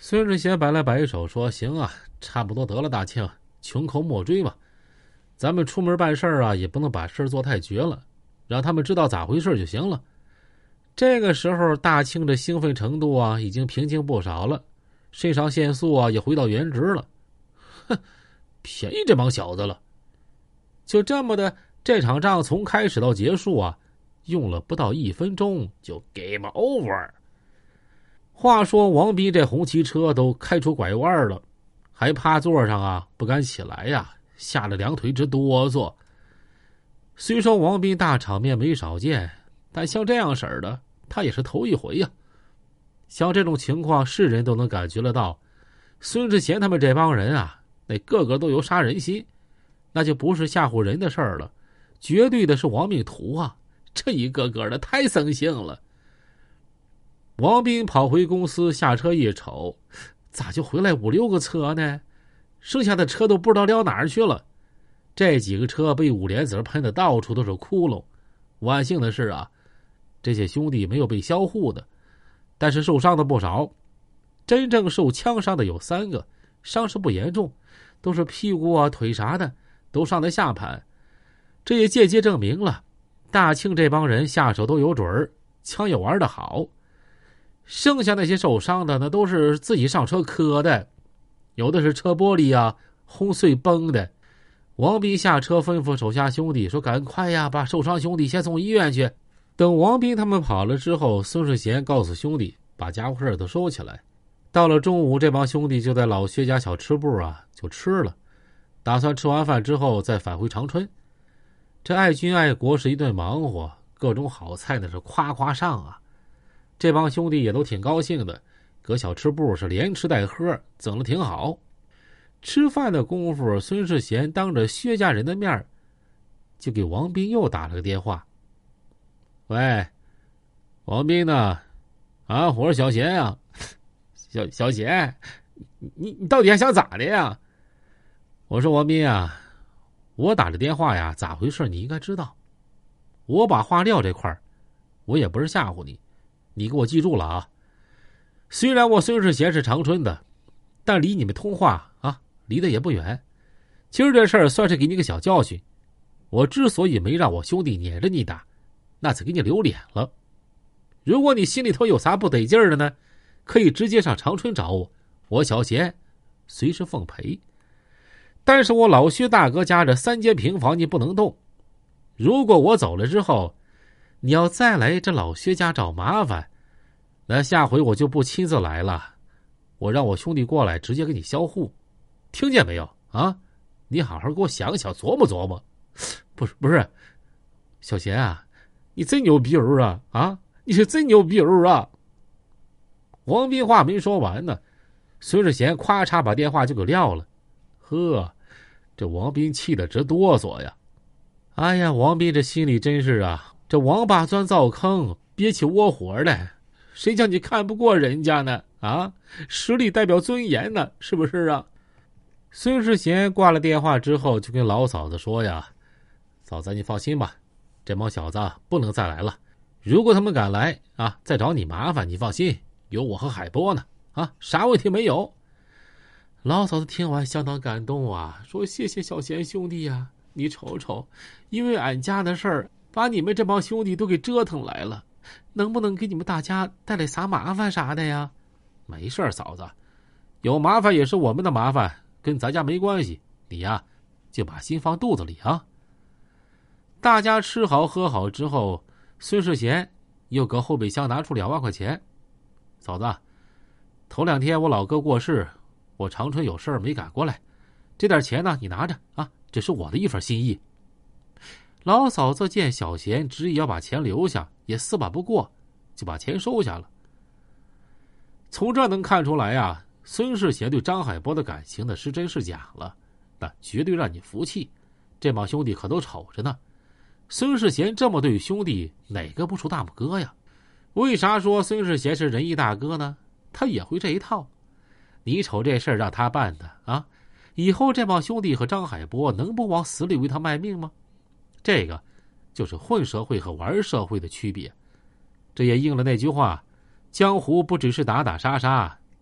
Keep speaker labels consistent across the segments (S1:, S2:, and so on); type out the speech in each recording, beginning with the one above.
S1: 孙世贤摆了摆手说：“行啊，差不多得了，大庆，穷寇莫追嘛。咱们出门办事啊，也不能把事做太绝了，让他们知道咋回事就行了。”这个时候，大庆的兴奋程度啊，已经平静不少了，肾上腺素啊也回到原值了。哼，便宜这帮小子了。就这么的，这场仗从开始到结束啊，用了不到1分钟就 game over。话说王斌这红旗车都开出拐弯了，还趴座上啊不敢起来呀，吓得两腿直哆嗦。虽说王斌大场面没少见，但像这样式儿的他也是头一回呀。像这种情况是人都能感觉得到，孙志贤他们这帮人啊，那个个都有杀人心，那就不是吓唬人的事儿了，绝对的是亡命徒啊！这一个个的太生性了。王斌跑回公司，下车一瞅，咋就回来5、6个车呢？剩下的车都不知道撂哪儿去了。这几个车被5莲子喷的到处都是窟窿。万幸的是啊，这些兄弟没有被销户的，但是受伤的不少。真正受枪伤的有3个，伤势不严重，都是屁股啊、腿啥的都上得下盘。这也间接证明了大庆这帮人下手都有准儿，枪也玩得好。剩下那些受伤的那都是自己上车磕的，有的是车玻璃啊轰碎崩的。王斌下车吩咐手下兄弟说：“赶快呀，把受伤兄弟先送医院去。”等王斌他们跑了之后，孙世贤告诉兄弟把家伙事都收起来。到了中午，这帮兄弟就在老薛家小吃部啊就吃了，打算吃完饭之后再返回长春。这爱军爱国是一顿忙活，各种好菜那是夸夸上啊。这帮兄弟也都挺高兴的，搁小吃部是连吃带喝，整得挺好。吃饭的功夫，孙世贤当着薛家人的面就给王斌又打了个电话。“喂，王斌呢？啊，我是小贤呀。小贤，你到底还想咋的呀？”“我说王斌啊，我打这电话呀，咋回事你应该知道。我把话撂这块儿，我也不是吓唬你，你给我记住了啊。虽然我孙世贤是长春的，但离你们通化啊离得也不远。今儿这事儿算是给你个小教训。我之所以没让我兄弟撵着你打，那是给你留脸了。如果你心里头有啥不得劲儿的呢，可以直接上长春找我，我小贤随时奉陪。但是我老薛大哥家这3间平房你不能动。如果我走了之后，你要再来这老薛家找麻烦，那下回我就不亲自来了，我让我兄弟过来直接给你销户，听见没有啊？你好好给我想想，琢磨琢磨。”“不是，小贤啊，你真牛逼儿啊！啊，你是真牛逼儿啊！”王斌话没说完呢，孙世贤咵嚓把电话就给撂了。呵，这王斌气得直哆嗦呀！哎呀，王斌这心里真是啊，这王八钻灶坑，憋起窝火来，谁叫你看不过人家呢？啊，实力代表尊严呢，是不是啊？孙世贤挂了电话之后，就跟老嫂子说呀：“嫂子，你放心吧，这帮小子不能再来了。如果他们敢来啊，再找你麻烦，你放心，有我和海波呢，啊，啥问题没有。”老嫂子听完相当感动啊，说：“谢谢小贤兄弟呀，你瞅瞅，因为俺家的事儿，把你们这帮兄弟都给折腾来了，能不能给你们大家带来啥麻烦啥的呀？”“没事嫂子，有麻烦也是我们的麻烦，跟咱家没关系，你呀就把心放肚子里啊。”大家吃好喝好之后，孙世贤又搁后备箱拿出2万块钱。“嫂子，头2天我老哥过世，我长春有事儿没赶过来，这点钱呢你拿着啊，这是我的一份心意。”老嫂子见小贤执意要把钱留下，也死把不过，就把钱收下了。从这能看出来啊，孙世贤对张海波的感情的是真是假了，那绝对让你服气。这帮兄弟可都瞅着呢，孙世贤这么对兄弟，哪个不出大拇哥呀？为啥说孙世贤是仁义大哥呢？他也会这一套。你瞅这事儿让他办的啊，以后这帮兄弟和张海波能不往死里为他卖命吗？这个就是混社会和玩社会的区别。这也应了那句话：江湖不只是打打杀杀，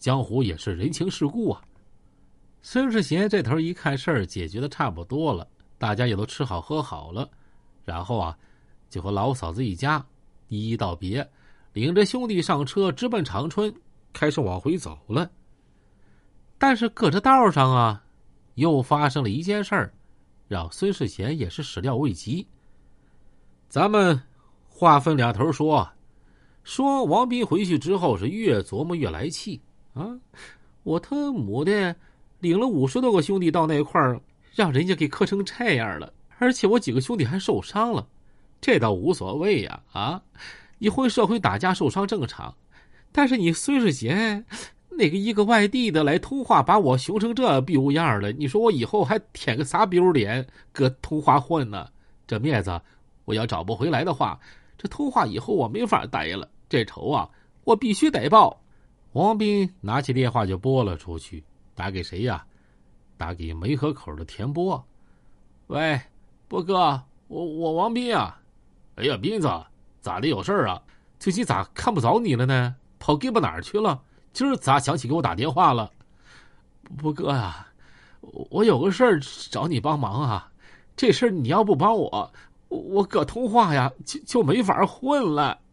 S1: 江湖也是人情世故啊。孙世贤这头一看事儿解决的差不多了，大家也都吃好喝好了，然后啊，就和老嫂子一家一一道别，领着兄弟上车直奔长春，开始往回走了。但是搁这道上啊，又发生了一件事儿，让孙世贤也是始料未及。咱们话分两头说，说王斌回去之后是越琢磨越来气啊！我他母的领了50多个兄弟到那块儿，让人家给磕成这样了，而且我几个兄弟还受伤了，这倒无所谓呀！啊，一混社会打架受伤正常，但是你孙世贤那个一个外地的来通化，把我熊成这逼样了，你说我以后还舔个啥逼脸搁通化混呢？这面子我要找不回来的话，这通化以后我没法待了，这仇啊我必须得报。王斌拿起电话就拨了出去，打给谁呀？打给梅河口的田波。喂，波哥，我王斌啊。哎呀，斌子，咋的有事啊？最近咋看不着你了呢？跑给不哪儿去了？今儿咋想起给我打电话了？波哥啊，我有个事儿找你帮忙啊，这事儿你要不帮我搁通化呀就没法混了。